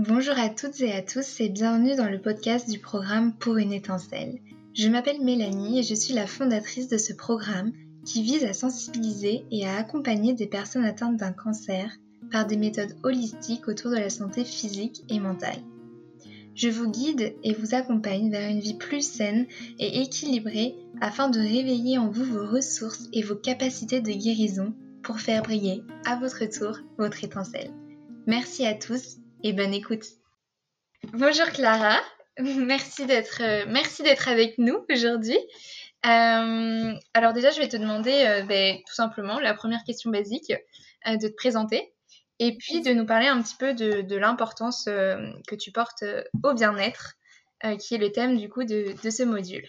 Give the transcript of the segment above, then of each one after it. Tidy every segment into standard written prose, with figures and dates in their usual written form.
Bonjour à toutes et à tous et bienvenue dans le podcast du programme Pour une étincelle. Je m'appelle Mélanie et je suis la fondatrice de ce programme qui vise à sensibiliser et à accompagner des personnes atteintes d'un cancer par des méthodes holistiques autour de la santé physique et mentale. Je vous guide et vous accompagne vers une vie plus saine et équilibrée afin de réveiller en vous vos ressources et vos capacités de guérison pour faire briller à votre tour votre étincelle. Merci à tous et bonne écoute. Bonjour Clara, merci d'être avec nous aujourd'hui. Alors déjà, je vais te demander tout simplement la première question basique, de te présenter et puis de nous parler un petit peu de l'importance que tu portes au bien-être, qui est le thème du coup de ce module.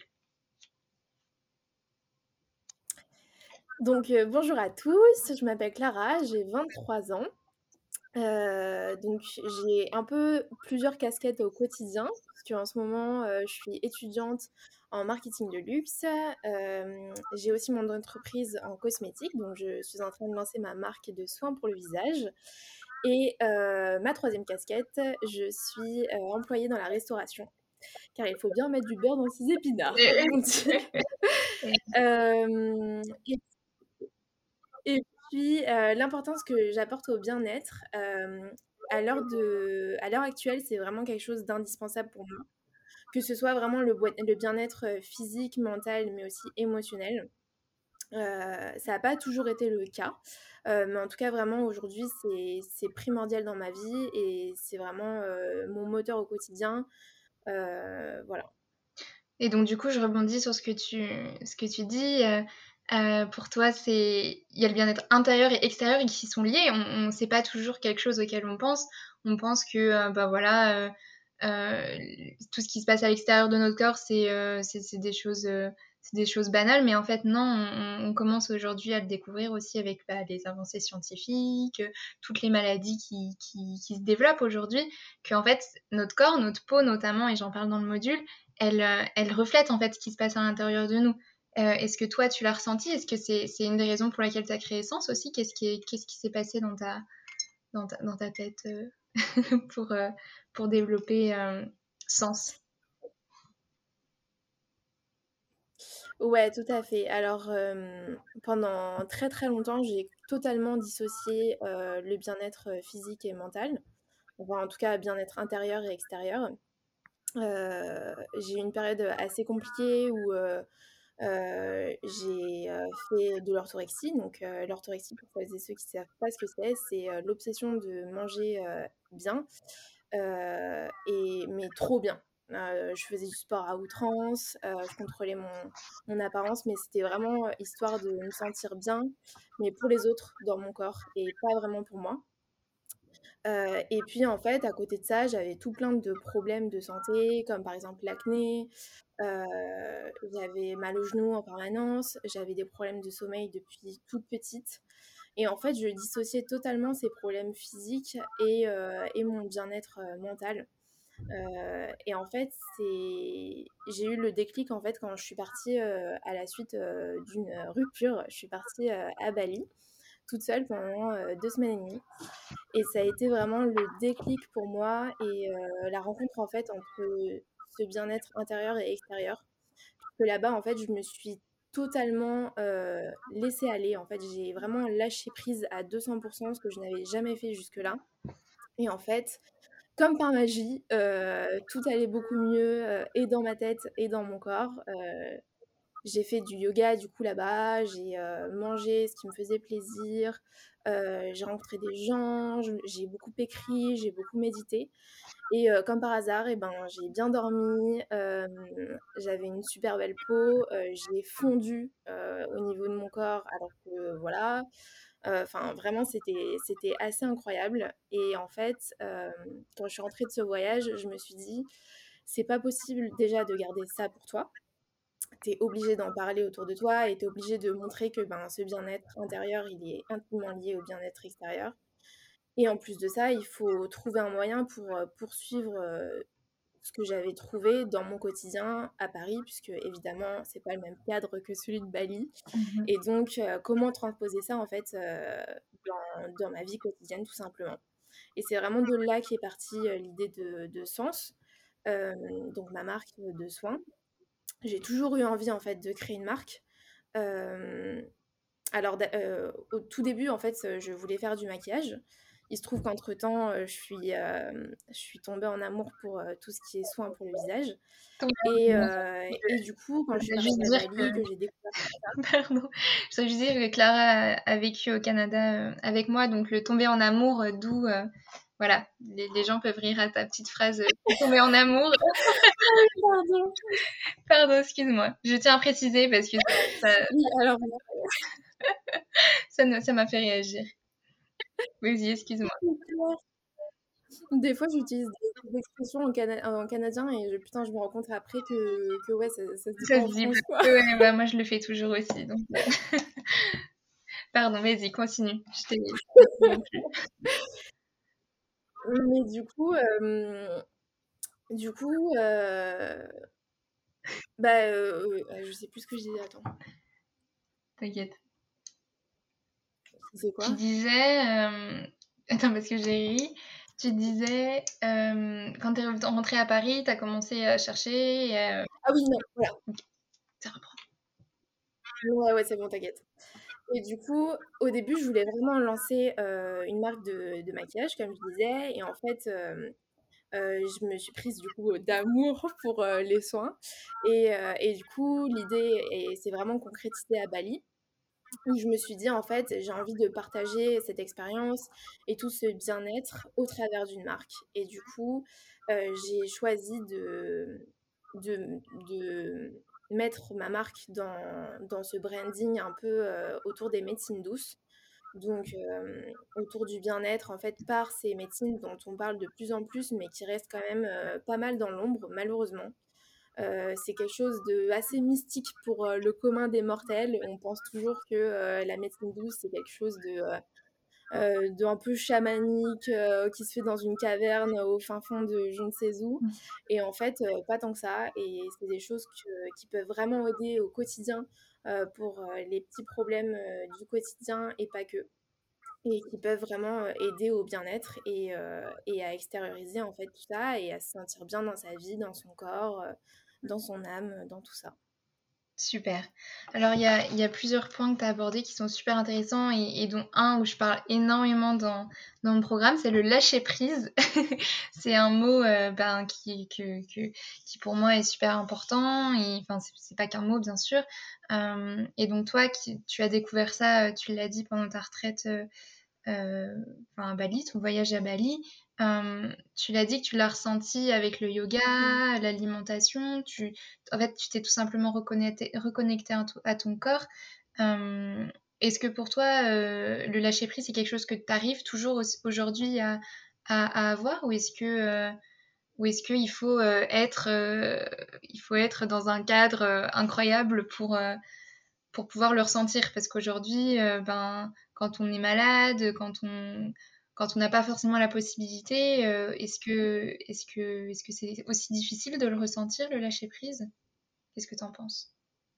Donc bonjour à tous, je m'appelle Clara, j'ai 23 ans. Donc j'ai un peu plusieurs casquettes au quotidien, parce qu'en ce moment, je suis étudiante en marketing de luxe. J'ai aussi mon entreprise en cosmétique, donc je suis en train de lancer ma marque de soins pour le visage. Et ma troisième casquette, je suis employée dans la restauration, car il faut bien mettre du beurre dans ses épinards, comme on dit. Euh, et puis, l'importance que j'apporte au bien-être, à l'heure actuelle, c'est vraiment quelque chose d'indispensable pour moi. Que ce soit vraiment le bien-être physique, mental, mais aussi émotionnel. Ça n'a pas toujours été le cas, mais en tout cas, vraiment, aujourd'hui, c'est primordial dans ma vie et c'est vraiment mon moteur au quotidien. Voilà. Et donc du coup, je rebondis sur ce que tu dis. Pour toi, il y a le bien-être intérieur et extérieur et qui sont liés. C'est pas toujours quelque chose auquel on pense. On pense que tout ce qui se passe à l'extérieur de notre corps, c'est des choses banales. Mais en fait, non, on commence aujourd'hui à le découvrir aussi avec les avancées scientifiques, toutes les maladies qui se développent aujourd'hui. Qu'en fait, notre corps, notre peau notamment, et j'en parle dans le module, elle reflète en fait ce qui se passe à l'intérieur de nous. Est-ce que toi tu l'as ressenti? Est-ce que c'est une des raisons pour laquelle tu as créé Sens aussi? Qu'est-ce qui s'est passé dans ta tête pour développer Sens? Ouais, tout à fait. Alors, pendant très très longtemps, j'ai totalement dissocié le bien-être physique et mental. Enfin, en tout cas, bien-être intérieur et extérieur. J'ai eu une période assez compliquée où j'ai fait de l'orthorexie. Donc, l'orthorexie, pour celles et ceux qui ne savent pas ce que c'est l'obsession de manger bien, mais trop bien. Je faisais du sport à outrance, je contrôlais mon apparence, mais c'était vraiment histoire de me sentir bien, mais pour les autres dans mon corps et pas vraiment pour moi. Et puis en fait, à côté de ça, j'avais tout plein de problèmes de santé, comme par exemple l'acné, j'avais mal aux genoux en permanence, j'avais des problèmes de sommeil depuis toute petite. Et en fait, je dissociais totalement ces problèmes physiques et mon bien-être mental. Et en fait, j'ai eu le déclic en fait quand je suis partie à la suite d'une rupture. Je suis partie à Bali toute seule pendant 2 semaines et demie. Et ça a été vraiment le déclic pour moi et la rencontre en fait entre ce bien-être intérieur et extérieur. Que là-bas, en fait, je me suis totalement laissée aller. En fait, j'ai vraiment lâché prise à 200%, ce que je n'avais jamais fait jusque-là. Et en fait, comme par magie, tout allait beaucoup mieux et dans ma tête et dans mon corps. J'ai fait du yoga du coup là-bas, j'ai mangé ce qui me faisait plaisir, j'ai rencontré des gens, j'ai beaucoup écrit, j'ai beaucoup médité et comme par hasard et ben, j'ai bien dormi, j'avais une super belle peau, j'ai fondu, au niveau de mon corps alors que voilà, enfin vraiment c'était assez incroyable et en fait, quand je suis rentrée de ce voyage, je me suis dit: «C'est pas possible déjà de garder ça pour toi». Tu es obligé d'en parler autour de toi et tu es obligé de montrer que ben, ce bien-être intérieur, il est intimement lié au bien-être extérieur. Et en plus de ça, il faut trouver un moyen pour poursuivre ce que j'avais trouvé dans mon quotidien à Paris, puisque évidemment, c'est pas le même cadre que celui de Bali. Et donc, comment transposer ça en fait dans ma vie quotidienne, tout simplement. Et c'est vraiment de là qu'est partie l'idée de Sens, donc ma marque de soins. J'ai toujours eu envie en fait de créer une marque. Euh, alors, au tout début, en fait, je voulais faire du maquillage. Il se trouve qu'entre-temps, je suis tombée en amour pour tout ce qui est soins pour le visage. Donc, Et du coup, je quand je suis voudrais juste arrivée à dire que, Bali, que j'ai découvert... pardon, je voudrais juste dire que Clara a vécu au Canada avec moi, donc le tomber en amour, d'où, voilà, les gens peuvent rire à ta petite phrase tomber en amour. Pardon. Pardon, excuse-moi. Je tiens à préciser parce que ça, Oui, alors, ça m'a fait réagir. Vas-y, excuse-moi. des fois, j'utilise des expressions en canadien et putain, je me rends compte après que ouais, ça se dit pas Ça se en dit France, quoi. plus. Ouais, bah moi je le fais toujours aussi. Donc, pardon, vas-y, continue. Je t'ai non plus. Mais du coup, bah, je sais plus ce que je disais, attends. T'inquiète. C'est Tu quoi? disais, attends parce que j'ai ri. Tu disais, quand t'es rentrée à Paris, t'as commencé à chercher. Ah oui, non, voilà. Ok, ça reprend. Ouais, ouais, c'est bon, t'inquiète. Et du coup, au début, je voulais vraiment lancer une marque de maquillage, comme je disais. Et en fait, je me suis prise du coup d'amour pour les soins. Et du coup, l'idée s'est vraiment concrétisée à Bali, où je me suis dit, en fait, j'ai envie de partager cette expérience et tout ce bien-être au travers d'une marque. Et du coup, j'ai choisi de mettre ma marque dans ce branding un peu autour des médecines douces. Donc, autour du bien-être, en fait, par ces médecines dont on parle de plus en plus, mais qui restent quand même pas mal dans l'ombre, malheureusement. C'est quelque chose de assez mystique pour le commun des mortels. On pense toujours que la médecine douce, c'est quelque chose de un peu chamanique, qui se fait dans une caverne au fin fond de je ne sais où. Et en fait, pas tant que ça. Et c'est des choses qui peuvent vraiment aider au quotidien pour les petits problèmes du quotidien et pas que. Et qui peuvent vraiment aider au bien-être et à extérioriser en fait tout ça et à se sentir bien dans sa vie, dans son corps, dans son âme, dans tout ça. Super. Alors, il y a plusieurs points que tu as abordés qui sont super intéressants et dont un où je parle énormément dans mon programme, c'est le lâcher prise. C'est un mot ben, qui pour moi est super important. Et, enfin, c'est pas qu'un mot, bien sûr. Et donc, toi, tu as découvert ça, tu l'as dit pendant ta retraite enfin, à Bali, ton voyage à Bali. Tu l'as dit que tu l'as ressenti avec le yoga, Mhm. l'alimentation. En fait, tu t'es tout simplement reconnecté à ton corps. Euh, Est-ce que pour toi, le lâcher prise, c'est quelque chose que tu arrives toujours aujourd'hui à avoir ou est-ce qu'il faut, il faut être dans un cadre incroyable pour pouvoir le ressentir? Parce qu'aujourd'hui, ben, quand on est malade, quand on n'a pas forcément la possibilité, est-ce que c'est aussi difficile de le ressentir, le lâcher prise? Qu'est-ce que tu en penses?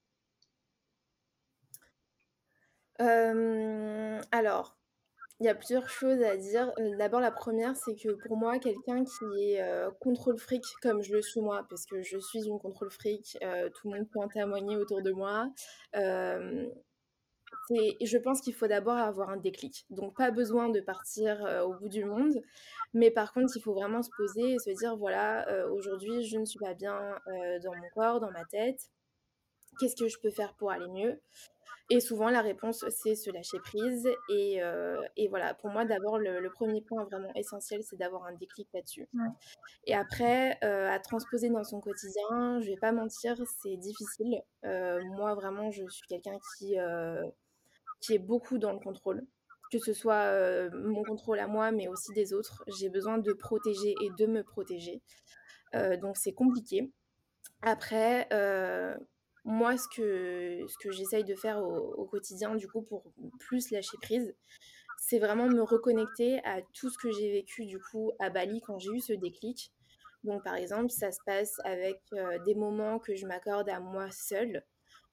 Alors, il y a plusieurs choses à dire. D'abord, la première, c'est que pour moi, quelqu'un qui est contrôle fric, comme je le suis moi, parce que je suis une contrôle fric, tout le monde peut en témoigner autour de moi, euh, je pense qu'il faut d'abord avoir un déclic. Donc, pas besoin de partir au bout du monde, mais par contre, il faut vraiment se poser et se dire, voilà, aujourd'hui, je ne suis pas bien dans mon corps, dans ma tête. Qu'est-ce que je peux faire pour aller mieux? Et souvent, la réponse, c'est se lâcher prise. Et voilà, pour moi, d'abord, le premier point vraiment essentiel, c'est d'avoir un déclic là-dessus. Ouais. Et après, à transposer dans son quotidien, je vais pas mentir, c'est difficile. Moi, vraiment, je suis quelqu'un qui est beaucoup dans le contrôle. Que ce soit mon contrôle à moi, mais aussi des autres. J'ai besoin de protéger et de me protéger. Donc, c'est compliqué. Après, moi, ce que j'essaye de faire au quotidien, du coup, pour plus lâcher prise, c'est vraiment me reconnecter à tout ce que j'ai vécu, du coup, à Bali quand j'ai eu ce déclic. Donc, par exemple, ça se passe avec des moments que je m'accorde à moi seule.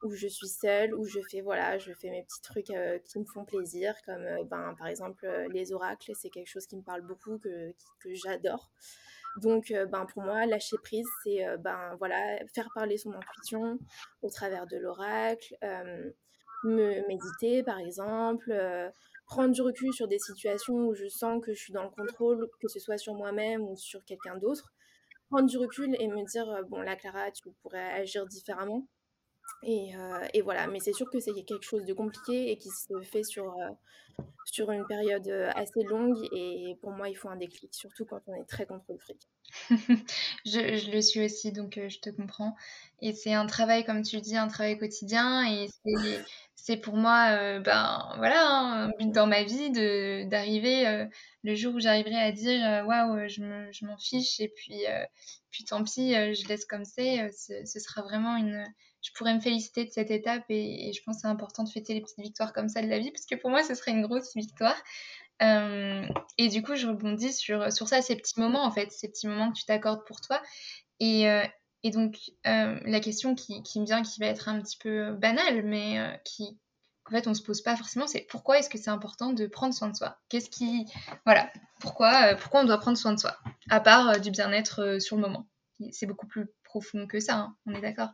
où je suis seule, où je fais mes petits trucs qui me font plaisir, comme par exemple les oracles, c'est quelque chose qui me parle beaucoup, que j'adore. Donc, pour moi, lâcher prise, c'est voilà, faire parler son intuition au travers de l'oracle, me méditer par exemple, prendre du recul sur des situations où je sens que je suis dans le contrôle, que ce soit sur moi-même ou sur quelqu'un d'autre. Prendre du recul et me dire, bon là Clara, tu pourrais agir différemment. Et voilà, mais c'est sûr que c'est quelque chose de compliqué et qui se fait sur une période assez longue. Et pour moi, il faut un déclic, surtout quand on est très contre le fric. Je le suis aussi, donc je te comprends et c'est un travail, comme tu dis, un travail quotidien et c'est pour moi, ben, voilà, hein, un but dans ma vie de d'arriver, le jour où j'arriverai à dire: «Waouh, je m'en fiche et puis tant pis, je laisse comme c'est», ce sera vraiment une je pourrais me féliciter de cette étape et je pense que c'est important de fêter les petites victoires comme ça de la vie parce que pour moi, ce serait une grosse victoire. Hem et du coup, je rebondis sur ça, ces petits moments, en fait, ces petits moments que tu t'accordes pour toi et heu et donc la question qui me vient, qui va être un petit peu banale, mais qui qu'en fait, on se pose pas forcément, c'est pourquoi est-ce que c'est important de prendre soin de soi? Qu'est-ce qui voilà, pourquoi on doit prendre soin de soi? À part, du bien-être, sur le moment. C'est beaucoup plus profond que ça, hein, on est d'accord?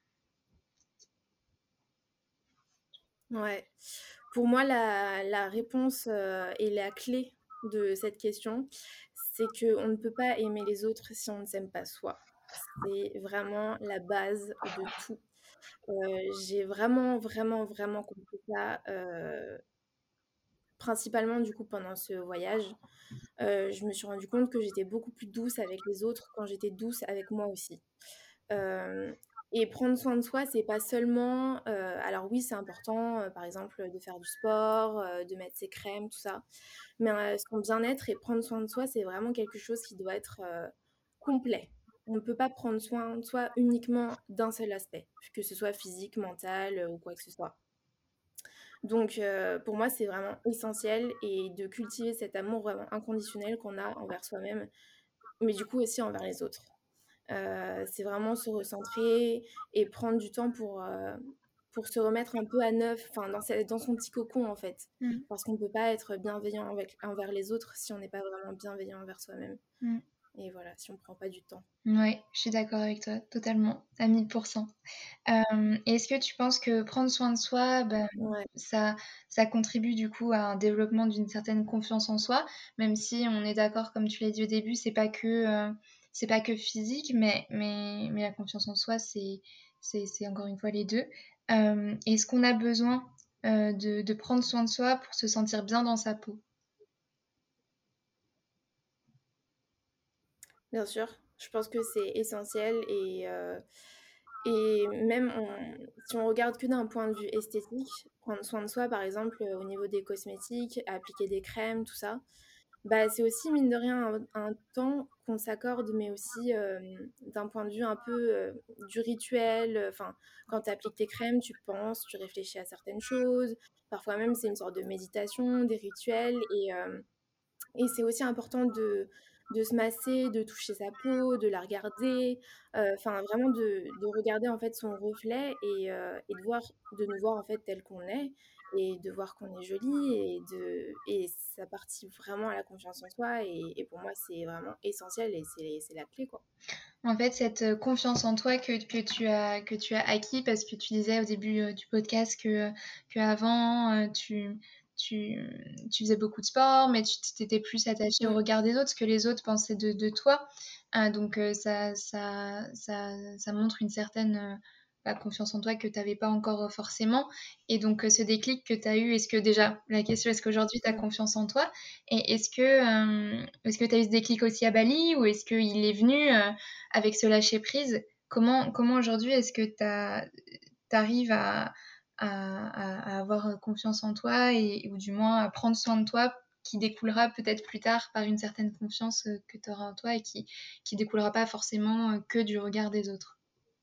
Ouais. Pour moi, la réponse et la clé de cette question, c'est qu'on ne peut pas aimer les autres si on ne s'aime pas soi. C'est vraiment la base de tout. J'ai vraiment, vraiment, vraiment compris ça, principalement du coup pendant ce voyage. Je me suis rendu compte que j'étais beaucoup plus douce avec les autres quand j'étais douce avec moi aussi. Hem Et prendre soin de soi, c'est pas seulement, alors oui, c'est important, par exemple, de faire du sport, de mettre ses crèmes, tout ça. Mais, son bien-être et prendre soin de soi, c'est vraiment quelque chose qui doit être, complet. On ne peut pas prendre soin de soi uniquement d'un seul aspect, que ce soit physique, mental, ou quoi que ce soit. Donc, pour moi, c'est vraiment essentiel et de cultiver cet amour vraiment inconditionnel qu'on a envers soi-même, mais du coup aussi envers les autres. C'est vraiment se recentrer et prendre du temps pour se remettre un peu à neuf, enfin dans son petit cocon en fait. Mmh. Parce qu'on ne peut pas être bienveillant envers les autres si on n'est pas vraiment bienveillant envers soi-même. Mmh. Et voilà, si on ne prend pas du temps. Ouais, je suis d'accord avec toi, totalement, à 1000%. Est-ce que tu penses que prendre soin de soi, bah, Ouais. ça ça contribue du coup à un développement d'une certaine confiance en soi? Même si on est d'accord, comme tu l'as dit au début, c'est pas que physique, mais la confiance en soi, c'est encore une fois les 2. Est-ce qu'on a besoin, de prendre soin de soi pour se sentir bien dans sa peau? Bien sûr, je pense que c'est essentiel et même si on regarde que d'un point de vue esthétique, prendre soin de soi, par exemple, au niveau des cosmétiques, appliquer des crèmes, tout ça, bah, c'est aussi mine de rien un temps qu'on s'accorde, mais aussi d'un point de vue un peu du rituel. Enfin, quand tu appliques tes crèmes, tu penses, tu réfléchis à certaines choses. Parfois même, c'est une sorte de méditation, des rituels. Et c'est aussi important de se masser, de toucher sa peau, de la regarder, enfin vraiment de regarder en fait son reflet et de nous voir en fait tel qu'on est et de voir qu'on est joli et ça participe vraiment à la confiance en soi et pour moi c'est vraiment essentiel et c'est la clé quoi. En fait, cette, confiance en toi que tu as acquis parce que tu disais au début, du podcast qu'avant, tu tu faisais beaucoup de sport, mais tu étais plus attachée au Mmh, regard des autres, ce que les autres pensaient de toi. Donc ça montre une certaine, bah, confiance en toi que tu avais pas encore, forcément et donc ce déclic que tu as eu, est-ce que déjà la question, est-ce qu'aujourd'hui tu as mmh. confiance en toi? Et est-ce que tu as eu ce déclic aussi à Bali ou est-ce qu'il est venu, avec ce lâcher prise? Comment aujourd'hui est-ce que tu arrives à avoir, confiance en toi et ou du moins à prendre soin de toi qui découlera peut-être plus tard par une certaine confiance, que tu auras en toi et qui découlera pas forcément, que du regard des autres?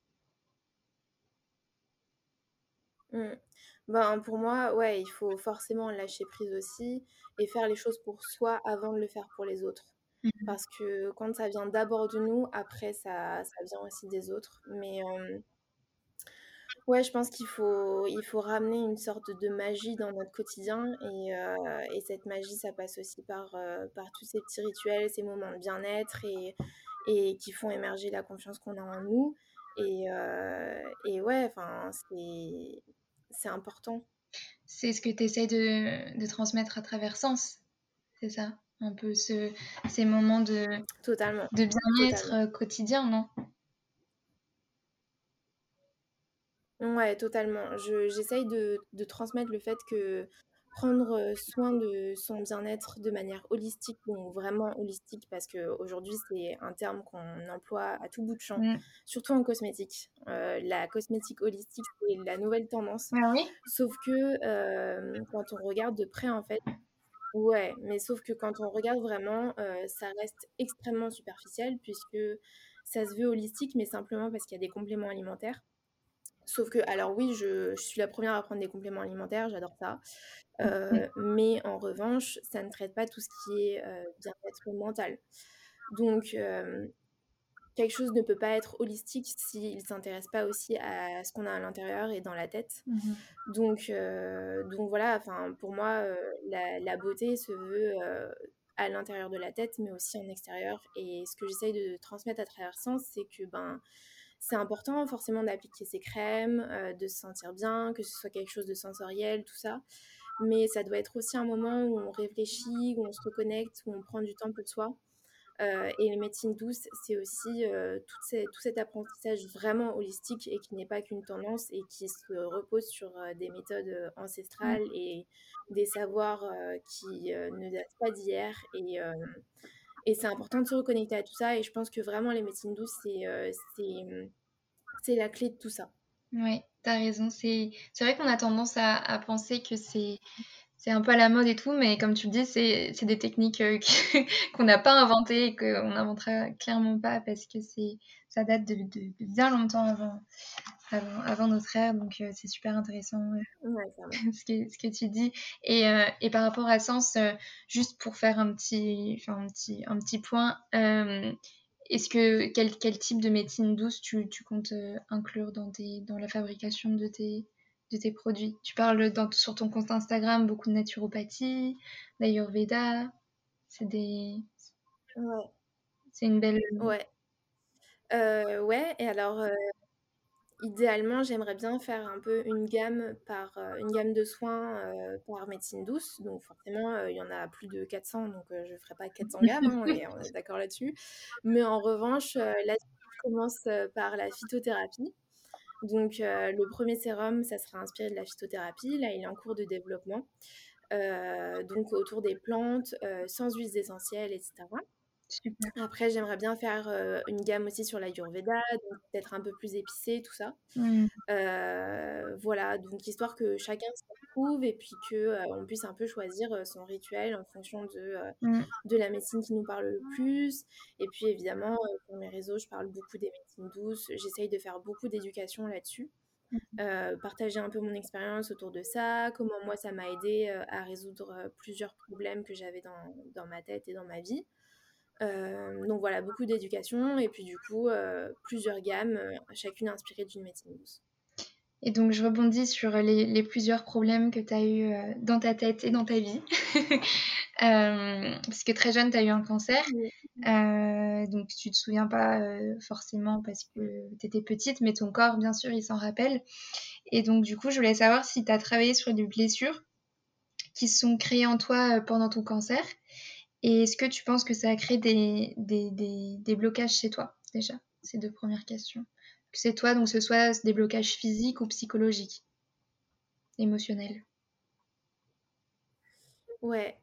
Mmh. Ben, pour moi, ouais, il faut forcément lâcher prise aussi et faire les choses pour soi avant de le faire pour les autres. Mmh. Parce que quand ça vient d'abord de nous, après ça vient aussi des autres. Ouais, je pense qu'il faut ramener une sorte de magie dans notre quotidien et cette magie, ça passe aussi par tous ces petits rituels, ces moments de bien-être et qui font émerger la confiance qu'on a en nous et ouais, enfin, c'est important. C'est ce que tu essaies de transmettre à travers Sens, c'est ça? Un peu ces moments Totalement, de bien-être totalement. quotidien, non? Ouais, totalement. J'essaye de transmettre le fait que prendre soin de son bien-être de manière holistique, donc vraiment holistique, parce qu'aujourd'hui, c'est un terme qu'on emploie à tout bout de champ, Mm. surtout en cosmétique. La cosmétique holistique, c'est la nouvelle tendance. Ah oui? Sauf que quand on regarde de près, en fait, ouais, mais sauf que quand on regarde vraiment, ça reste extrêmement superficiel, puisque ça se veut holistique, mais simplement parce qu'il y a des compléments alimentaires. Sauf que, alors oui, je suis la première à prendre des compléments alimentaires, j'adore ça. Mm. Mais en revanche, ça ne traite pas tout ce qui est bien-être mental. Donc, quelque chose ne peut pas être holistique s'il ne s'intéresse pas aussi à ce qu'on a à l'intérieur et dans la tête. Mhm. Donc voilà, enfin, pour moi, la beauté se veut à l'intérieur de la tête, mais aussi en extérieur. Et ce que j'essaye de transmettre à travers ça, c'est que ben, c'est important forcément d'appliquer ses crèmes, de se sentir bien, que ce soit quelque chose de sensoriel, tout ça. Mais ça doit être aussi un moment où on réfléchit, où on se reconnecte, où on prend du temps pour soi. Et les médecines douces, c'est aussi tout cet apprentissage vraiment holistique et qui n'est pas qu'une tendance et qui se repose sur des méthodes ancestrales et des savoirs qui ne datent pas d'hier. Et c'est important de se reconnecter à tout ça. Et je pense que vraiment, les médecines douces, c'est la clé de tout ça. Ouais, t'as raison. C'est vrai qu'on a tendance à penser que c'est un peu à la mode et tout, mais comme tu le dis, c'est des techniques qu'on n'a pas inventées et qu'on n'inventera clairement pas parce que ça date de bien longtemps avant notre ère. Donc c'est super intéressant Ouais, clairement. ce que tu dis. Et par rapport à Sens, juste pour faire un petit point, quel type de médecine douce tu comptes inclure dans la fabrication de tes produits? Tu parles sur ton compte Instagram beaucoup de naturopathie, d'Ayurveda. C'est des, Ouais. c'est une belle. Ouais. Ouais, et alors, idéalement, j'aimerais bien faire un peu une gamme de soins par médecine douce. Donc forcément, il y en a plus de 400, donc je ne ferai pas 400 gammes, hein, on est d'accord là-dessus. Mais en revanche, là, je commence par la phytothérapie. Donc le premier sérum, ça sera inspiré de la phytothérapie. Là, il est en cours de développement. Donc autour des plantes, sans huiles essentielles, etc. Super. Après, j'aimerais bien faire une gamme aussi sur l'Ayurveda, donc peut-être un peu plus épicé, tout ça. Mm, Voilà, donc histoire que chacun s'y retrouve et puis que, on puisse un peu choisir, son rituel en fonction mm, de la médecine qui nous parle le plus. Et puis évidemment, sur mes réseaux, je parle beaucoup des médecines douces. J'essaye de faire beaucoup d'éducation là-dessus, partager un peu mon expérience autour de ça, comment moi ça m'a aidé à résoudre plusieurs problèmes que j'avais dans ma tête et dans ma vie. Donc voilà, beaucoup d'éducation et puis du coup, plusieurs gammes, chacune inspirée d'une médecine douce. Et donc, je rebondis sur les plusieurs problèmes que tu as eu dans ta tête et dans ta vie. Parce que très jeune, tu as eu un cancer. Oui. Donc, tu te souviens pas forcément parce que tu étais petite, mais ton corps, bien sûr, il s'en rappelle. Et donc, du coup, je voulais savoir si tu as travaillé sur des blessures qui se sont créées en toi pendant ton cancer. Et est-ce que tu penses que ça a créé des blocages chez toi, déjà? Ces deux premières questions. Que c'est toi, donc ce soit des blocages physiques ou psychologiques, émotionnels. Ouais,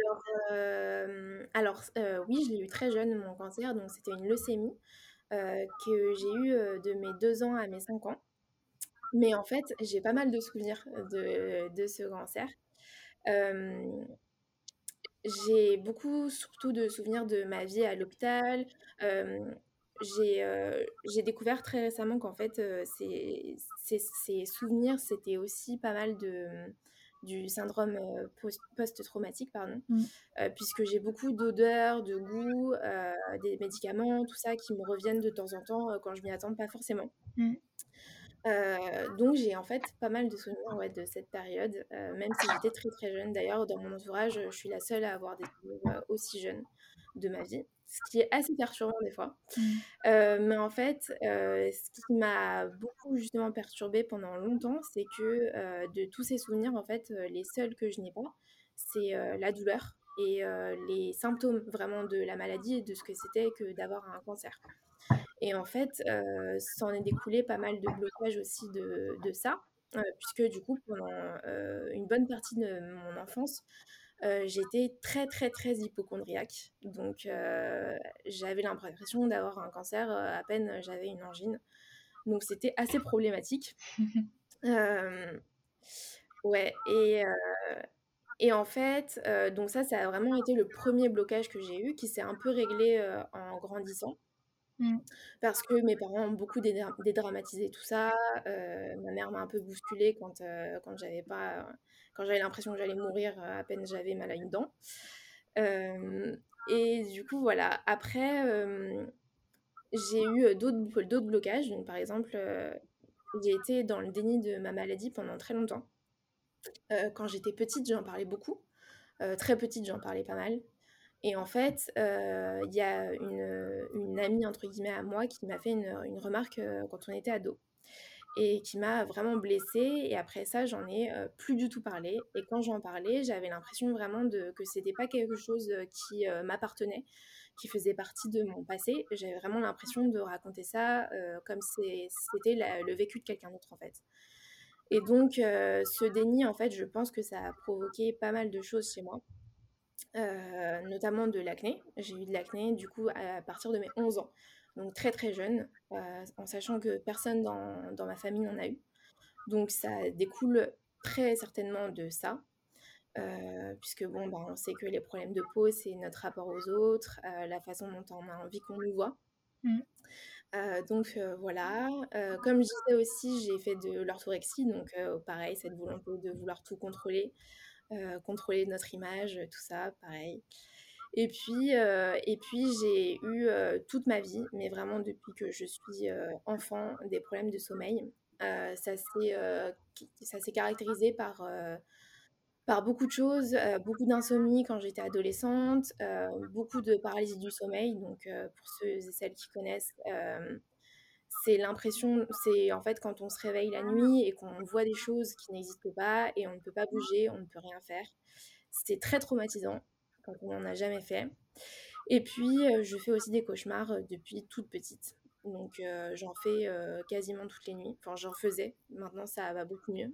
oui, je l'ai eu très jeune, mon cancer, donc c'était une leucémie que j'ai eue de mes 2 ans à mes 5 ans. Mais en fait, j'ai pas mal de souvenirs de ce cancer. Euh, j'ai beaucoup surtout de souvenirs de ma vie à l'hôpital. Euh, j'ai découvert très récemment qu'en fait, ces souvenirs, c'était aussi pas mal du syndrome post-traumatique, pardon, Mm, puisque j'ai beaucoup d'odeurs, de goûts, des médicaments, tout ça qui me reviennent de temps en temps quand je m'y attends pas forcément. mm, Donc j'ai en fait pas mal de souvenirs, ouais, de cette période, même si j'étais très, très jeune. D'ailleurs, dans mon entourage, je suis la seule à avoir des souvenirs, aussi jeunes de ma vie, ce qui est assez perturbant des fois. Mmh. Mais en fait, ce qui m'a beaucoup justement perturbée pendant longtemps, c'est que, de tous ces souvenirs, en fait, les seuls que je n'ai pas, c'est, la douleur et les symptômes vraiment de la maladie et de ce que c'était que d'avoir un cancer. Et en fait, s'en est découlé pas mal de blocages aussi de ça, puisque du coup pendant, une bonne partie de mon enfance, j'étais très, très, très hypocondriaque. Donc j'avais l'impression d'avoir un cancer, à peine j'avais une angine. Donc c'était assez problématique. Hem, ouais et en fait, donc ça a vraiment été le premier blocage que j'ai eu qui s'est un peu réglé, en grandissant. Mmh. Parce que mes parents ont beaucoup dédramatisé tout ça. Ma mère m'a un peu bousculée quand j'avais l'impression que j'allais mourir, à peine j'avais mal à une dent. Et du coup, voilà. Après, j'ai eu, d'autres blocages. Donc par exemple, j'ai été dans le déni de ma maladie pendant très longtemps. Quand j'étais petite, j'en parlais beaucoup. Très petite, j'en parlais pas mal. Et en fait, il y a une amie entre guillemets à moi qui m'a fait une remarque, quand on était ados et qui m'a vraiment blessée et après ça, j'en ai, plus du tout parlé et quand j'en parlais, j'avais l'impression vraiment que c'était pas quelque chose, qui, m'appartenait, qui faisait partie de mon passé. J'avais vraiment l'impression de raconter ça, comme c'était le vécu de quelqu'un d'autre, en fait. Et donc ce déni, en fait, je pense que ça a provoqué pas mal de choses chez moi. Notamment de l'acné. J'ai eu de l'acné du coup à partir de mes 11 ans, donc très très jeune, en sachant que personne dans ma famille n'en a eu. Donc ça découle très certainement de ça, puisque bon, bah, on sait que les problèmes de peau, c'est notre rapport aux autres, la façon dont on a envie qu'on nous voit. Mmh. Donc voilà, comme je disais aussi, j'ai fait de l'orthorexie, donc pareil, cette volonté de vouloir tout contrôler, contrôler notre image, tout ça, pareil. Et puis j'ai eu, toute ma vie, mais vraiment depuis que je suis, enfant, des problèmes de sommeil. Ça s'est caractérisé par beaucoup de choses, beaucoup d'insomnie quand j'étais adolescente, beaucoup de paralysie du sommeil. Donc pour ceux et celles qui connaissent, c'est en fait quand on se réveille la nuit et qu'on voit des choses qui n'existent pas et on ne peut pas bouger, on ne peut rien faire. C'est très traumatisant quand on n'en a jamais fait. Et puis, je fais aussi des cauchemars, depuis toute petite. Donc, j'en fais, quasiment toutes les nuits. Enfin, j'en faisais. Maintenant, ça va beaucoup mieux.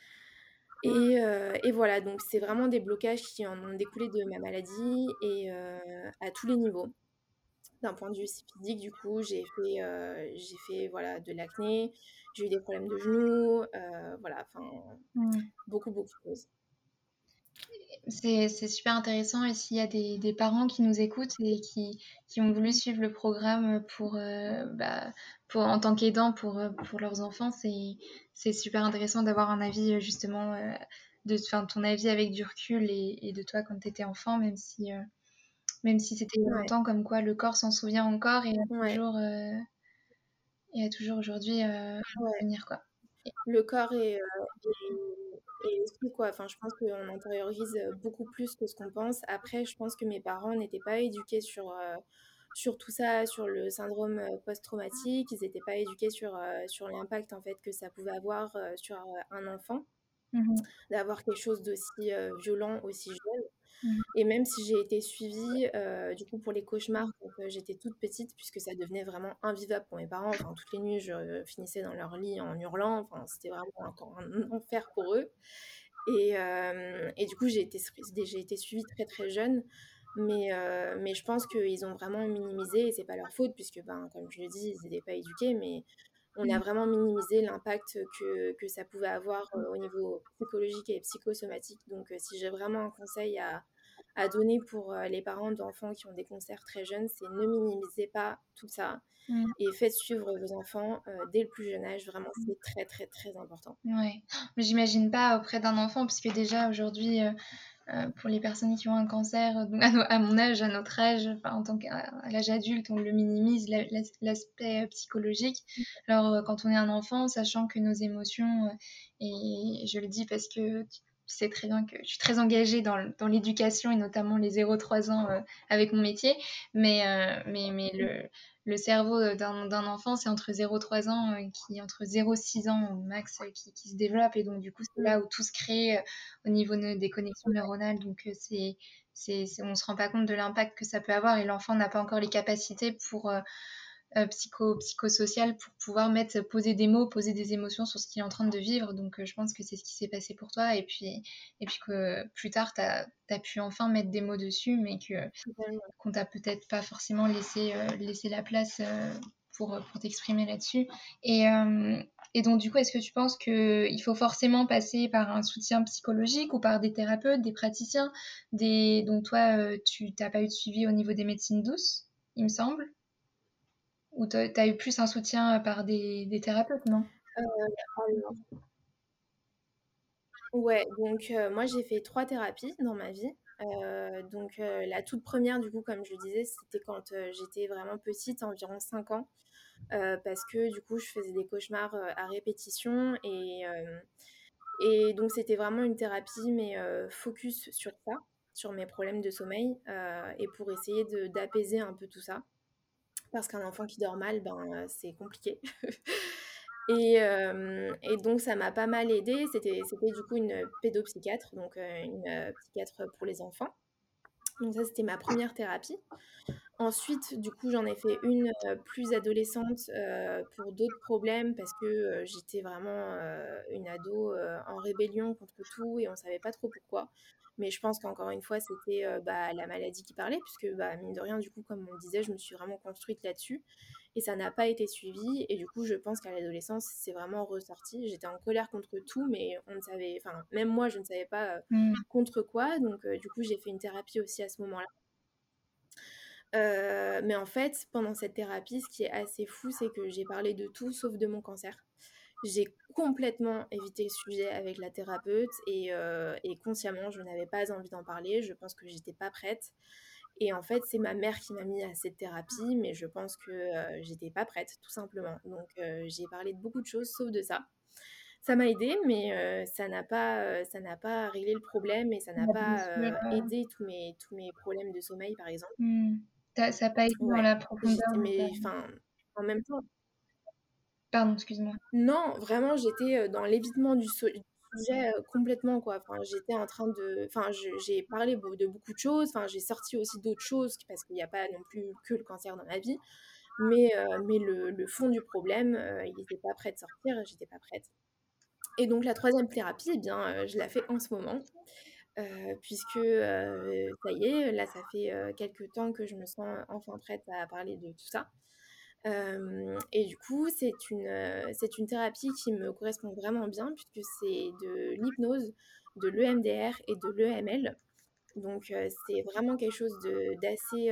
Et voilà, donc c'est vraiment des blocages qui en ont découlé de ma maladie et à tous les niveaux. D'un point de vue physique, du coup, j'ai fait voilà, de l'acné, j'ai eu des problèmes de genoux, voilà, enfin, Mmh. beaucoup, beaucoup de choses. C'est super intéressant et s'il y a des parents qui nous écoutent et qui ont voulu suivre le programme pour en tant qu'aidant pour leurs enfants, c'est super intéressant d'avoir un avis, justement, enfin, ton avis avec du recul et de toi quand tu étais enfant, même si c'était il y a Ouais, longtemps, comme quoi le corps s'en souvient encore ouais, et a toujours aujourd'hui, un ouais. souvenir, quoi. Le corps et l'esprit, quoi. Enfin, je pense qu'on intériorise, beaucoup plus que ce qu'on pense. Après, je pense que mes parents n'étaient pas éduqués sur tout ça, sur le syndrome, post-traumatique. Ils n'étaient pas éduqués sur l'impact, en fait, que ça pouvait avoir, sur, un enfant, Mmh. d'avoir quelque chose d'aussi, violent, aussi jeune. Mmh. Et même si j'ai été suivie, du coup, pour les cauchemars quand, j'étais toute petite, puisque ça devenait vraiment invivable pour mes parents. Enfin, toutes les nuits, je finissais dans leur lit en hurlant. Enfin, c'était vraiment encore un enfer pour eux. Et du coup, j'ai été suivie très, très jeune. Mais je pense qu'ils ont vraiment minimisé et c'est pas leur faute puisque, ben, comme je le dis, ils n'étaient pas éduqués, mais on a Mmh. vraiment minimisé l'impact que ça pouvait avoir, au niveau psychologique et psychosomatique. Donc si j'ai vraiment un conseil à donner pour, les parents d'enfants qui ont des cancers très jeunes, c'est ne minimisez pas tout ça Mmh. et faites suivre vos enfants, dès le plus jeune âge. Vraiment, c'est très, très, très important. Ouais. Mais j'imagine pas auprès d'un enfant, puisque déjà aujourd'hui, pour les personnes qui ont un cancer, donc à mon âge, à notre âge, enfin, en tant qu'à l'âge adulte, on le minimise, l'aspect psychologique. Alors, quand on est un enfant, sachant que nos émotions, et je le dis parce que tu sais très bien que je suis très engagée dans l'éducation et notamment les 0-3 ans avec mon métier, mais le cerveau d'un enfant, c'est entre 0-3 ans, entre 0-6 ans au max, qui se développe. Et donc, du coup, c'est là où tout se crée au niveau des connexions neuronales. Donc, on ne se rend pas compte de l'impact que ça peut avoir. Et l'enfant n'a pas encore les capacités psychosociales pour pouvoir poser des mots, poser des émotions sur ce qu'il est en train de vivre. Donc, je pense que c'est ce qui s'est passé pour toi. Et puis que plus tard, tu as pu enfin mettre des mots dessus, mais qu'on t'a peut-être pas forcément laissé la place pour t'exprimer là-dessus. Et donc, du coup, est-ce que tu penses qu'il faut forcément passer par un soutien psychologique ou par des thérapeutes, des praticiens Donc, toi, tu n'as pas eu de suivi au niveau des médecines douces, il me semble, ou tu as eu plus un soutien par des thérapeutes, non? Alors, ouais, donc moi j'ai fait 3 thérapies dans ma vie. Donc la toute première du coup comme je le disais, c'était quand, j'étais vraiment petite, environ 5 ans, parce que du coup je faisais des cauchemars, à répétition et donc c'était vraiment une thérapie mais focus sur ça, sur mes problèmes de sommeil, et pour essayer d'apaiser un peu tout ça. Parce qu'un enfant qui dort mal, ben, c'est compliqué. Et donc ça m'a pas mal aidée. C'était du coup une pédopsychiatre, donc une psychiatre pour les enfants. Donc ça, c'était ma première thérapie. Ensuite, du coup, j'en ai fait une plus adolescente pour d'autres problèmes parce que j'étais vraiment une ado en rébellion contre tout et on savait pas trop pourquoi. Mais je pense qu'encore une fois, c'était bah, la maladie qui parlait, puisque bah, mine de rien, du coup, comme on le disait, je me suis vraiment construite là-dessus et ça n'a pas été suivi. Et du coup, je pense qu'à l'adolescence, c'est vraiment ressorti. J'étais en colère contre tout, mais on ne savait, enfin, même moi, je ne savais pas contre quoi. Donc, du coup, j'ai fait une thérapie aussi à ce moment-là. Mais en fait, pendant cette thérapie, ce qui est assez fou, c'est que j'ai parlé de tout sauf de mon cancer. J'ai complètement évité le sujet avec la thérapeute et consciemment, je n'avais pas envie d'en parler. Je pense que j'étais pas prête. Et en fait, c'est ma mère qui m'a mis à cette thérapie, mais je pense que j'étais pas prête, tout simplement. Donc, j'ai parlé de beaucoup de choses sauf de ça. Ça m'a aidée, mais ça n'a pas réglé le problème et ça n'a La pas blessure. aidé tous mes problèmes de sommeil, par exemple. Ça n'a pas été dans Ouais, la profondeur de ta... mais enfin, en même temps, Pardon, excuse-moi. non, vraiment, j'étais dans l'évitement du sujet complètement, quoi. Enfin, j'étais en train de. Enfin, j'ai parlé de beaucoup de choses. Enfin, j'ai sorti aussi d'autres choses parce qu'il n'y a pas non plus que le cancer dans ma vie. Mais le fond du problème, il n'était pas prêt de sortir. J'étais pas prête. Et donc, la troisième thérapie, eh bien, je la fais en ce moment. Puisque ça y est, là, ça fait quelques temps que je me sens enfin prête à parler de tout ça. Et du coup, c'est une thérapie qui me correspond vraiment bien puisque c'est de l'hypnose, de l'EMDR et de l'EML. Donc, c'est vraiment quelque chose d'assez,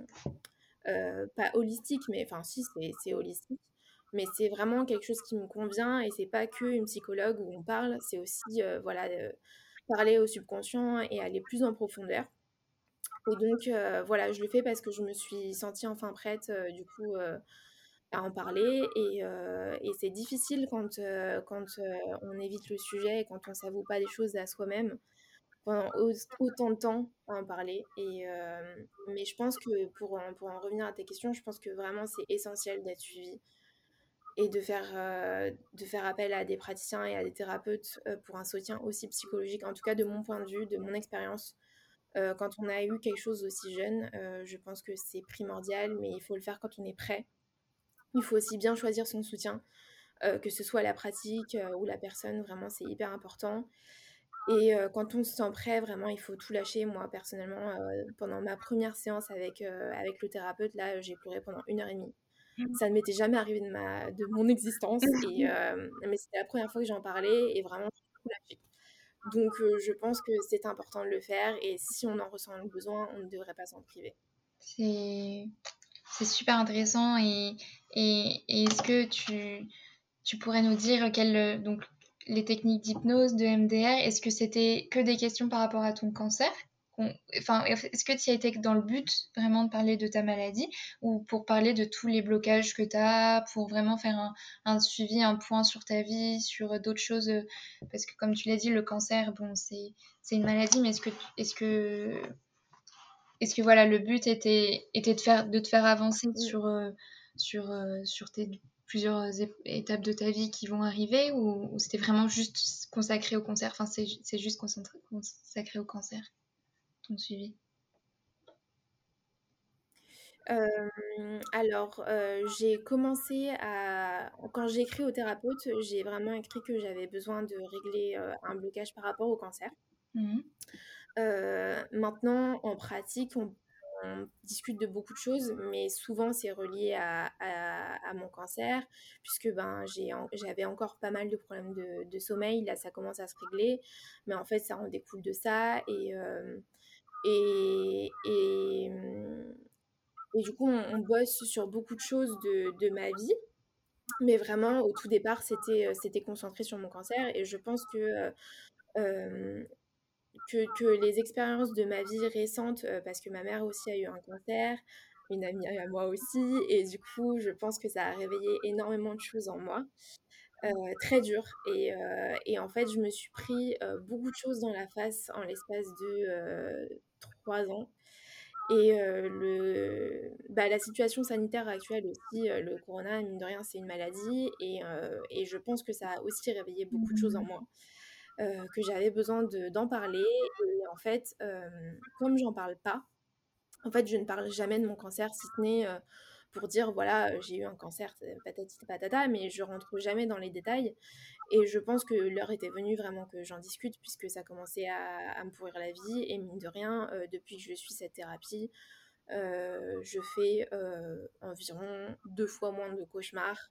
pas holistique, mais enfin, si, c'est holistique. Mais c'est vraiment quelque chose qui me convient et c'est pas que une psychologue où on parle, c'est aussi, voilà, parler au subconscient et aller plus en profondeur. Et donc, voilà, je le fais parce que je me suis sentie enfin prête, du coup, à en parler et c'est difficile quand on évite le sujet et quand on s'avoue pas des choses à soi-même pendant autant de temps à en parler mais je pense que pour en revenir à tes questions, je pense que vraiment c'est essentiel d'être suivi et de faire appel à des praticiens et à des thérapeutes, pour un soutien aussi psychologique. En tout cas, de mon point de vue, de mon expérience, quand on a eu quelque chose aussi jeune, je pense que c'est primordial, mais il faut le faire quand on est prêt. Il faut aussi bien choisir son soutien, que ce soit la pratique ou la personne, vraiment c'est hyper important. Et quand on se sent prêt, vraiment il faut tout lâcher. Moi personnellement, pendant ma première séance avec le thérapeute, là, j'ai pleuré pendant 1 heure et demie. Ça ne m'était jamais arrivé de mon existence mais c'était la première fois que j'en parlais et vraiment j'ai tout lâché. Donc je pense que c'est important de le faire et si on en ressent le besoin, on ne devrait pas s'en priver. C'est c'est super intéressant. Et est-ce que tu pourrais nous dire donc les techniques d'hypnose, de MDR, est-ce que c'était que des questions par rapport à ton cancer? Enfin, est-ce que tu y as été dans le but vraiment de parler de ta maladie ou pour parler de tous les blocages que tu as, pour vraiment faire un suivi, un point sur ta vie, sur d'autres choses? Parce que comme tu l'as dit, le cancer, bon, c'est une maladie, mais est-ce que voilà, le but était de te faire avancer sur tes plusieurs étapes de ta vie qui vont arriver ou c'était vraiment juste consacré au cancer? Enfin, c'est juste consacré au cancer, ton suivi? Alors, j'ai commencé à quand j'ai écrit au thérapeute, j'ai vraiment écrit que j'avais besoin de régler, un blocage par rapport au cancer. Mmh. Maintenant, en pratique, on discute de beaucoup de choses, mais souvent c'est relié à mon cancer, puisque ben, j'avais encore pas mal de problèmes de sommeil. Là, ça commence à se régler, mais en fait, ça en découle de ça. Et, et, hum, et du coup, on bosse sur beaucoup de choses de ma vie. Mais vraiment, au tout départ, c'était concentré sur mon cancer. Et je pense euh, que les expériences de ma vie récente, parce que ma mère aussi a eu un cancer, une amie à moi aussi, et du coup, je pense que ça a réveillé énormément de choses en moi, très dures. Et en fait, je me suis pris beaucoup de choses dans la face en l'espace de 3 ans. Et la situation sanitaire actuelle aussi, le corona, mine de rien, c'est une maladie. Et je pense que ça a aussi réveillé beaucoup de choses en Mmh. moi, que j'avais besoin d'en parler. Et en fait, comme j'en parle pas, en fait, je ne parle jamais de mon cancer, si ce n'est pour dire, voilà, j'ai eu un cancer, patati patata, mais je rentre jamais dans les détails. Et je pense que l'heure était venue vraiment que j'en discute, puisque ça commençait à me pourrir la vie. Et mine de rien, depuis que je suis cette thérapie, je fais environ 2 fois moins de cauchemars.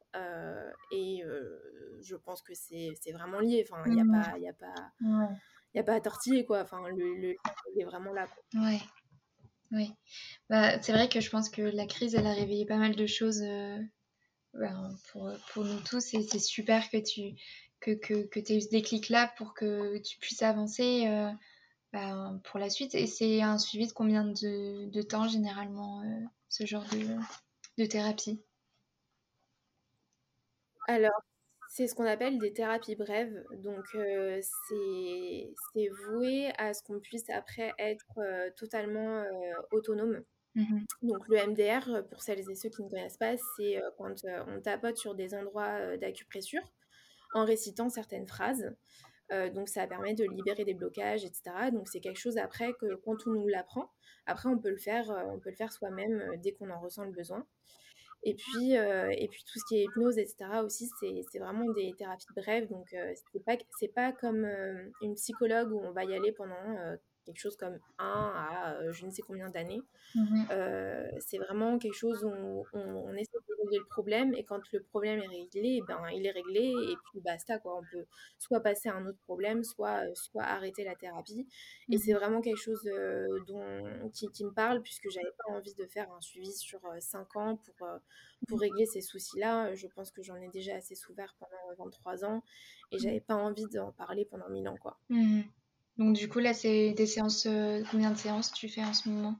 Je pense que c'est vraiment lié. Enfin, il n'y a Mmh. pas, il y a pas, Ouais, il y a pas à tortiller, quoi. Enfin, il est vraiment là, quoi. ouais, ouais. Bah, c'est vrai que je pense que la crise, elle a réveillé pas mal de choses, ben, pour nous tous et c'est super que tu eu ce déclic-là pour que tu puisses avancer, ben, pour la suite et c'est un suivi de combien de temps généralement, ce genre de thérapie? Alors, c'est ce qu'on appelle des thérapies brèves. Donc, c'est voué à ce qu'on puisse après être totalement autonome. Mmh. Donc, le MDR, pour celles et ceux qui ne connaissent pas, c'est quand on tapote sur des endroits d'acupressure en récitant certaines phrases. Donc, ça permet de libérer des blocages, etc. Donc, c'est quelque chose après que quand on nous l'apprend, après, on peut le faire soi-même dès qu'on en ressent le besoin. Et puis tout ce qui est hypnose, etc. aussi, c'est vraiment des thérapies brèves. Donc, c'est pas comme une psychologue où on va y aller pendant quelque chose comme 1 à je ne sais combien d'années. Mmh. C'est vraiment quelque chose où on essaie de régler le problème, et quand le problème est réglé, ben, il est réglé, et puis basta, quoi. On peut soit passer à un autre problème, soit arrêter la thérapie. Et c'est Mmh. vraiment quelque chose qui me parle, puisque j'avais pas envie de faire un suivi sur 5 ans pour régler ces soucis-là. Je pense que j'en ai déjà assez souffert pendant 23 ans, et j'avais pas envie d'en parler pendant 1000 ans, quoi. Mmh. Donc du coup là, c'est des séances, combien de séances tu fais en ce moment?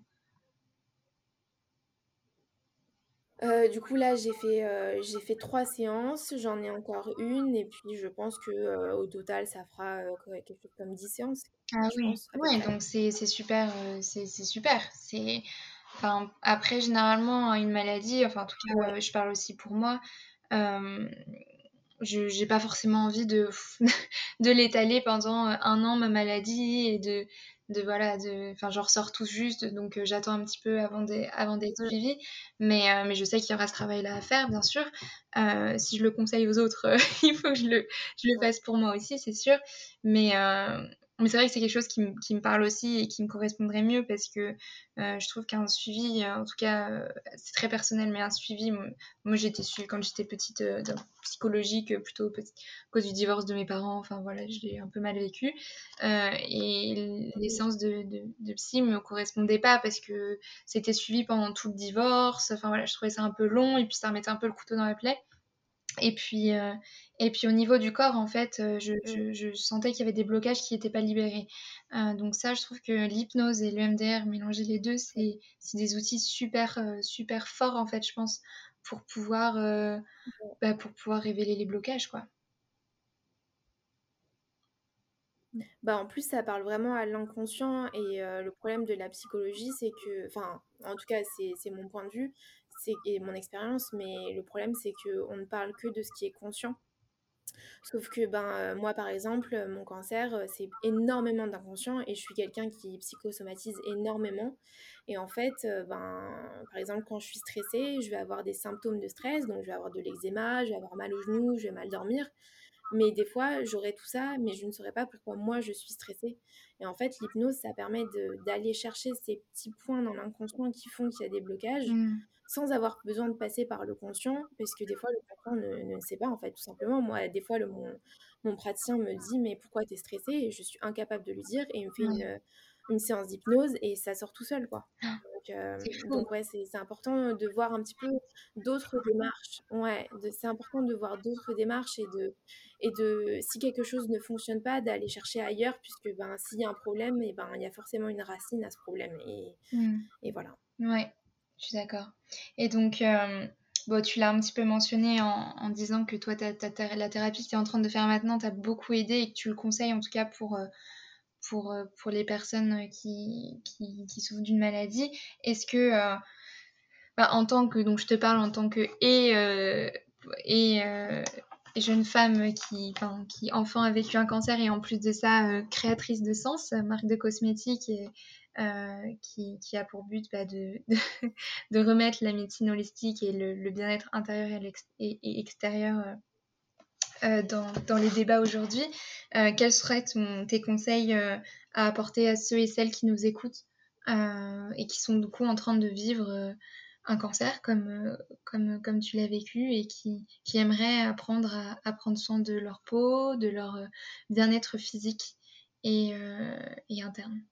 Du coup, là, j'ai fait 3 séances, j'en ai encore une, et puis je pense que, au total, ça fera, quoi, quelque chose comme 10 séances, Ah je oui, pense, à peu ouais, près. donc c'est super, c'est super. Enfin, après généralement une maladie, enfin en tout Ouais. cas, je parle aussi pour moi, hem, je j'ai pas forcément envie de de l'étaler pendant, 1 an ma maladie et de voilà, enfin j'en ressors tout juste donc j'attends un petit peu avant d'être Mmh. suivie. Mais je sais qu'il y aura ce travail-là à faire bien sûr. Si je le conseille aux autres, il faut que je le Ouais. fasse pour moi aussi, c'est sûr. Mais mais c'est vrai que c'est quelque chose qui me parle aussi et qui me correspondrait mieux parce que, je trouve qu'un suivi, en tout cas, c'est très personnel, mais un suivi, moi j'ai été suivie quand j'étais petite, d'un psychologique, plutôt petit à cause du divorce de mes parents, enfin voilà, je l'ai un peu mal vécu. Et les Mmh. séances de psy me correspondaient pas parce que c'était suivi pendant tout le divorce, enfin voilà, je trouvais ça un peu long et puis ça remettait un peu le couteau dans la plaie. Et puis, au niveau du corps, en fait, je sentais qu'il y avait des blocages qui étaient pas libérés. Donc ça, je trouve que l'hypnose et l'EMDR, mélanger les 2, c'est des outils super forts, en fait, je pense, pour pouvoir, pour pouvoir révéler les blocages, quoi. Bah, en plus, ça parle vraiment à l'inconscient et le problème de la psychologie, c'est que enfin, en tout cas, c'est mon point de vue, c'est et mon expérience, mais le problème, c'est qu'on ne parle que de ce qui est conscient. Sauf que, ben, moi, par exemple, mon cancer, c'est énormément d'inconscient et je suis quelqu'un qui psychosomatise énormément et en fait, ben, par exemple, quand je suis stressée, je vais avoir des symptômes de stress, donc je vais avoir de l'eczéma, je vais avoir mal aux genoux, je vais mal dormir. Mais des fois, j'aurais tout ça, mais je ne saurais pas pourquoi moi je suis stressée. Et en fait, l'hypnose, ça permet d'aller chercher ces petits points dans l'inconscient qui font qu'il y a des blocages, Mmh. sans avoir besoin de passer par le conscient, parce que des fois, le conscient ne sait pas, en fait, tout simplement. Moi, des fois, mon praticien me dit, mais pourquoi tu es stressée? Et je suis incapable de lui dire, et il me fait Ouais. une séance d'hypnose, et ça sort tout seul, quoi. C'est fou. Donc ouais, c'est important de voir un petit peu d'autres démarches. Ouais, c'est important de voir d'autres démarches et de si quelque chose ne fonctionne pas, d'aller chercher ailleurs, puisque ben, s'il y a un problème, et ben, il y a forcément une racine à ce problème. Mmh. Et voilà. Ouais, je suis d'accord. Et donc, bon, tu l'as un petit peu mentionné en disant que toi, la thérapie que tu es en train de faire maintenant t'a beaucoup aidé et que tu le conseilles en tout cas pour les personnes qui souffrent d'une maladie. Est-ce que, en tant que, donc je te parle en tant que et, euh, et jeune femme qui enfant a vécu un cancer et en plus de ça créatrice de sens, marque de cosmétiques et qui a pour but de remettre la médecine holistique et le bien-être intérieur et extérieur dans les débats aujourd'hui. Quels seraient tes conseils à apporter à ceux et celles qui nous écoutent et qui sont du coup en train de vivre un cancer comme tu l'as vécu et qui aimeraient apprendre à prendre soin de leur peau, de leur bien-être physique et interne.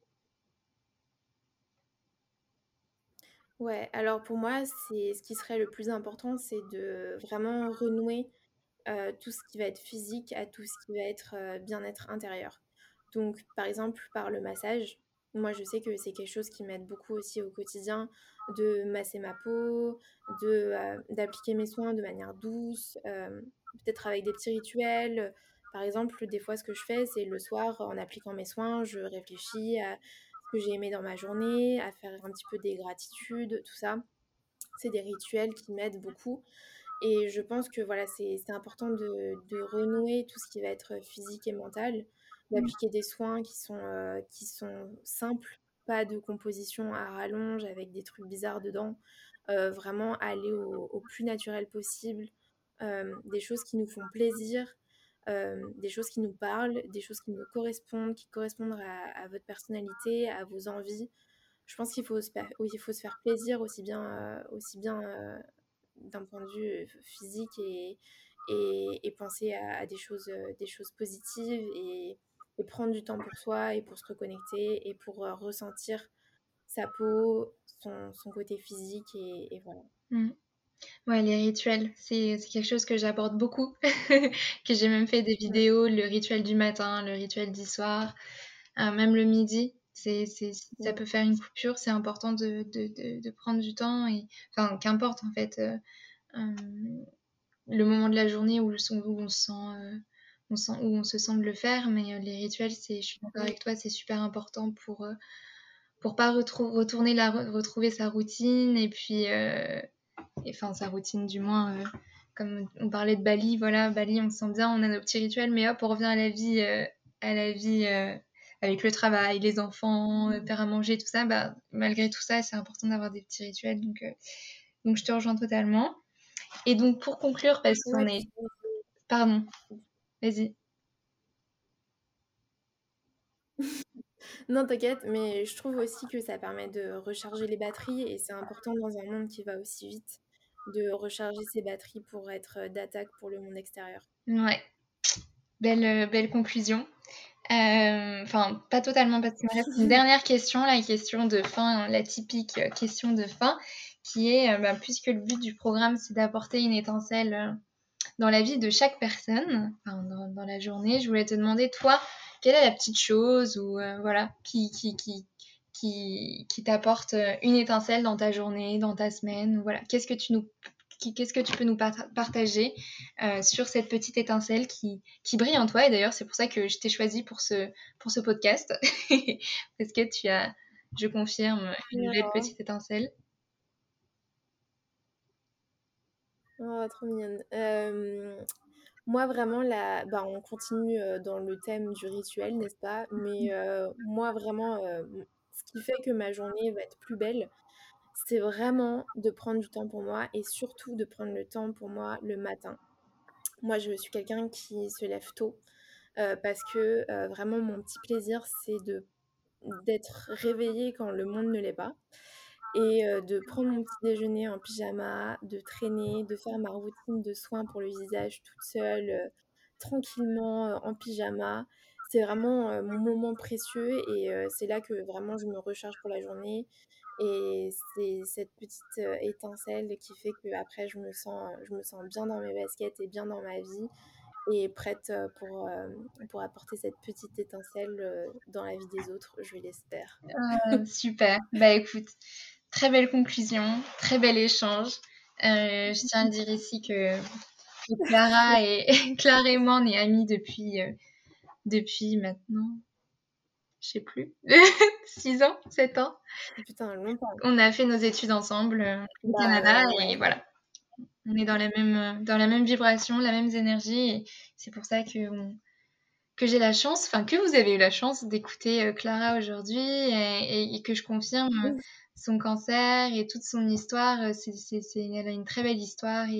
Ouais, alors pour moi, c'est ce qui serait le plus important, c'est de vraiment renouer tout ce qui va être physique à tout ce qui va être bien-être intérieur. Donc, par exemple, par le massage, moi je sais que c'est quelque chose qui m'aide beaucoup aussi au quotidien, de masser ma peau, d'appliquer mes soins de manière douce, peut-être avec des petits rituels. Par exemple, des fois, ce que je fais, c'est le soir, en appliquant mes soins, je réfléchis à ce que j'ai aimé dans ma journée, à faire un petit peu des gratitudes, tout ça. C'est des rituels qui m'aident beaucoup. Et je pense que voilà, c'est important de renouer tout ce qui va être physique et mental, Mm. d'appliquer des soins qui sont simples, pas de composition à rallonge avec des trucs bizarres dedans. Vraiment aller au plus naturel possible, des choses qui nous font plaisir, des choses qui nous parlent, des choses qui nous correspondent, qui correspondent à votre personnalité, à vos envies. Je pense qu'il faut oui, il faut se faire plaisir aussi bien d'un point de vue physique et penser à des choses positives et prendre du temps pour soi et pour se reconnecter et pour ressentir sa peau, son côté physique et voilà. Mm. Ouais, les rituels, c'est quelque chose que j'aborde beaucoup, que j'ai même fait des Ouais, vidéos, le rituel du matin, le rituel du soir, même le midi. Si ça ouais, peut faire une coupure, c'est important de prendre du temps et enfin qu'importe en fait le moment de la journée où où on se sent de le faire, mais les rituels, je suis d'accord mm, avec toi, c'est super important pour pas retourner retrouver sa routine et puis enfin sa routine du moins comme on parlait de Bali, voilà, Bali on se sent bien, on a nos petits rituels, mais hop on revient à la vie avec le travail, les enfants, faire à manger, tout ça, bah malgré tout ça c'est important d'avoir des petits rituels, donc je te rejoins totalement. Et donc pour conclure, parce qu'on ouais, est... Pardon, vas-y. non, t'inquiète, mais je trouve aussi que ça permet de recharger les batteries et c'est important dans un monde qui va aussi vite de recharger ses batteries pour être d'attaque pour le monde extérieur. Ouais, belle conclusion. Enfin, pas totalement, parce qu'il me reste une dernière question, la question de fin, la typique question de fin, qui est, puisque le but du programme, c'est d'apporter une étincelle dans la vie de chaque personne, enfin, dans la journée. Je voulais te demander, toi, quelle est la petite chose ou voilà, qui t'apporte une étincelle dans ta journée, dans ta semaine, ou voilà. Qu'est-ce que tu peux nous partager sur cette petite étincelle qui brille en toi? Et d'ailleurs, c'est pour ça que je t'ai choisi pour ce podcast, parce que tu as, je confirme, une belle Oh, petite étincelle. oh, trop mignonne. Moi, vraiment, bah, on continue dans le thème du rituel, n'est-ce pas? Mais moi, vraiment, ce qui fait que ma journée va être plus belle, c'est vraiment de prendre du temps pour moi et surtout de prendre le temps pour moi le matin. Moi, je suis quelqu'un qui se lève tôt parce que vraiment, mon petit plaisir, c'est d'être réveillée quand le monde ne l'est pas et de prendre mon petit déjeuner en pyjama, de traîner, de faire ma routine de soins pour le visage toute seule, tranquillement, en pyjama. C'est vraiment, mon moment précieux et c'est là que vraiment je me recharge pour la journée et c'est cette petite, étincelle qui fait qu'après je me sens bien dans mes baskets et bien dans ma vie et prête, pour apporter cette petite étincelle, dans la vie des autres, je l'espère. Super. Bah écoute, très belle conclusion, très bel échange. Je tiens à dire ici que Clara et Clara et moi, on est amies depuis maintenant, je sais plus, 6 ans, 7 ans. Putain, longtemps. On a fait nos études ensemble au Bah, Canada et ouais. voilà, on est dans la même vibration, la même énergie et c'est pour ça que j'ai la chance, enfin que vous avez eu la chance d'écouter Clara aujourd'hui et que je confirme son cancer et toute son histoire. Elle a une très belle histoire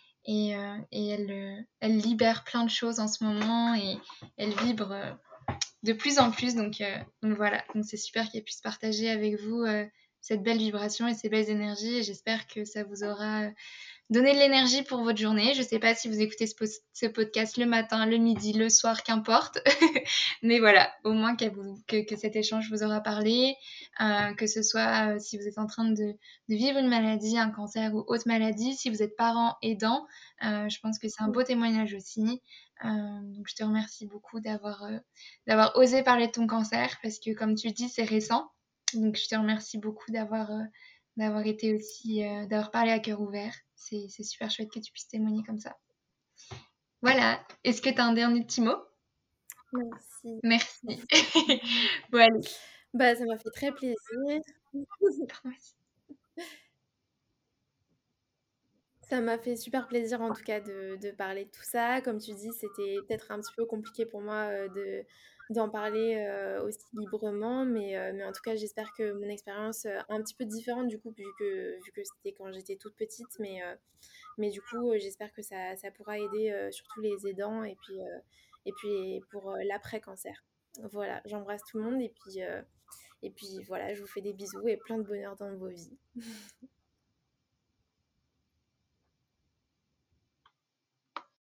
et elle libère plein de choses en ce moment et elle vibre de plus en plus. Donc voilà, donc c'est super qu'elle puisse partager avec vous cette belle vibration et ces belles énergies et j'espère que ça vous aura donner de l'énergie pour votre journée. Je ne sais pas si vous écoutez ce podcast le matin, le midi, le soir, qu'importe. Mais voilà, au moins que cet échange vous aura parlé, que ce soit si vous êtes en train de vivre une maladie, un cancer ou autre maladie, si vous êtes parent aidant, je pense que c'est un beau témoignage aussi. Donc je te remercie beaucoup d'avoir osé parler de ton cancer parce que comme tu dis, c'est récent. Donc je te remercie beaucoup d'avoir été aussi, d'avoir parlé à cœur ouvert. C'est super chouette que tu puisses témoigner comme ça. Voilà. Est-ce que tu as un dernier petit mot? Merci. Merci. Bon, allez. Bah, ça m'a fait très plaisir. Ça m'a fait super plaisir en tout cas de parler de tout ça. Comme tu dis, c'était peut-être un petit peu compliqué pour moi d'en parler aussi librement, mais en tout cas, j'espère que mon expérience un petit peu différente du coup, vu que c'était quand j'étais toute petite, mais du coup, j'espère que ça pourra aider surtout les aidants et puis pour l'après-cancer. Voilà, j'embrasse tout le monde et puis voilà, je vous fais des bisous et plein de bonheur dans vos vies.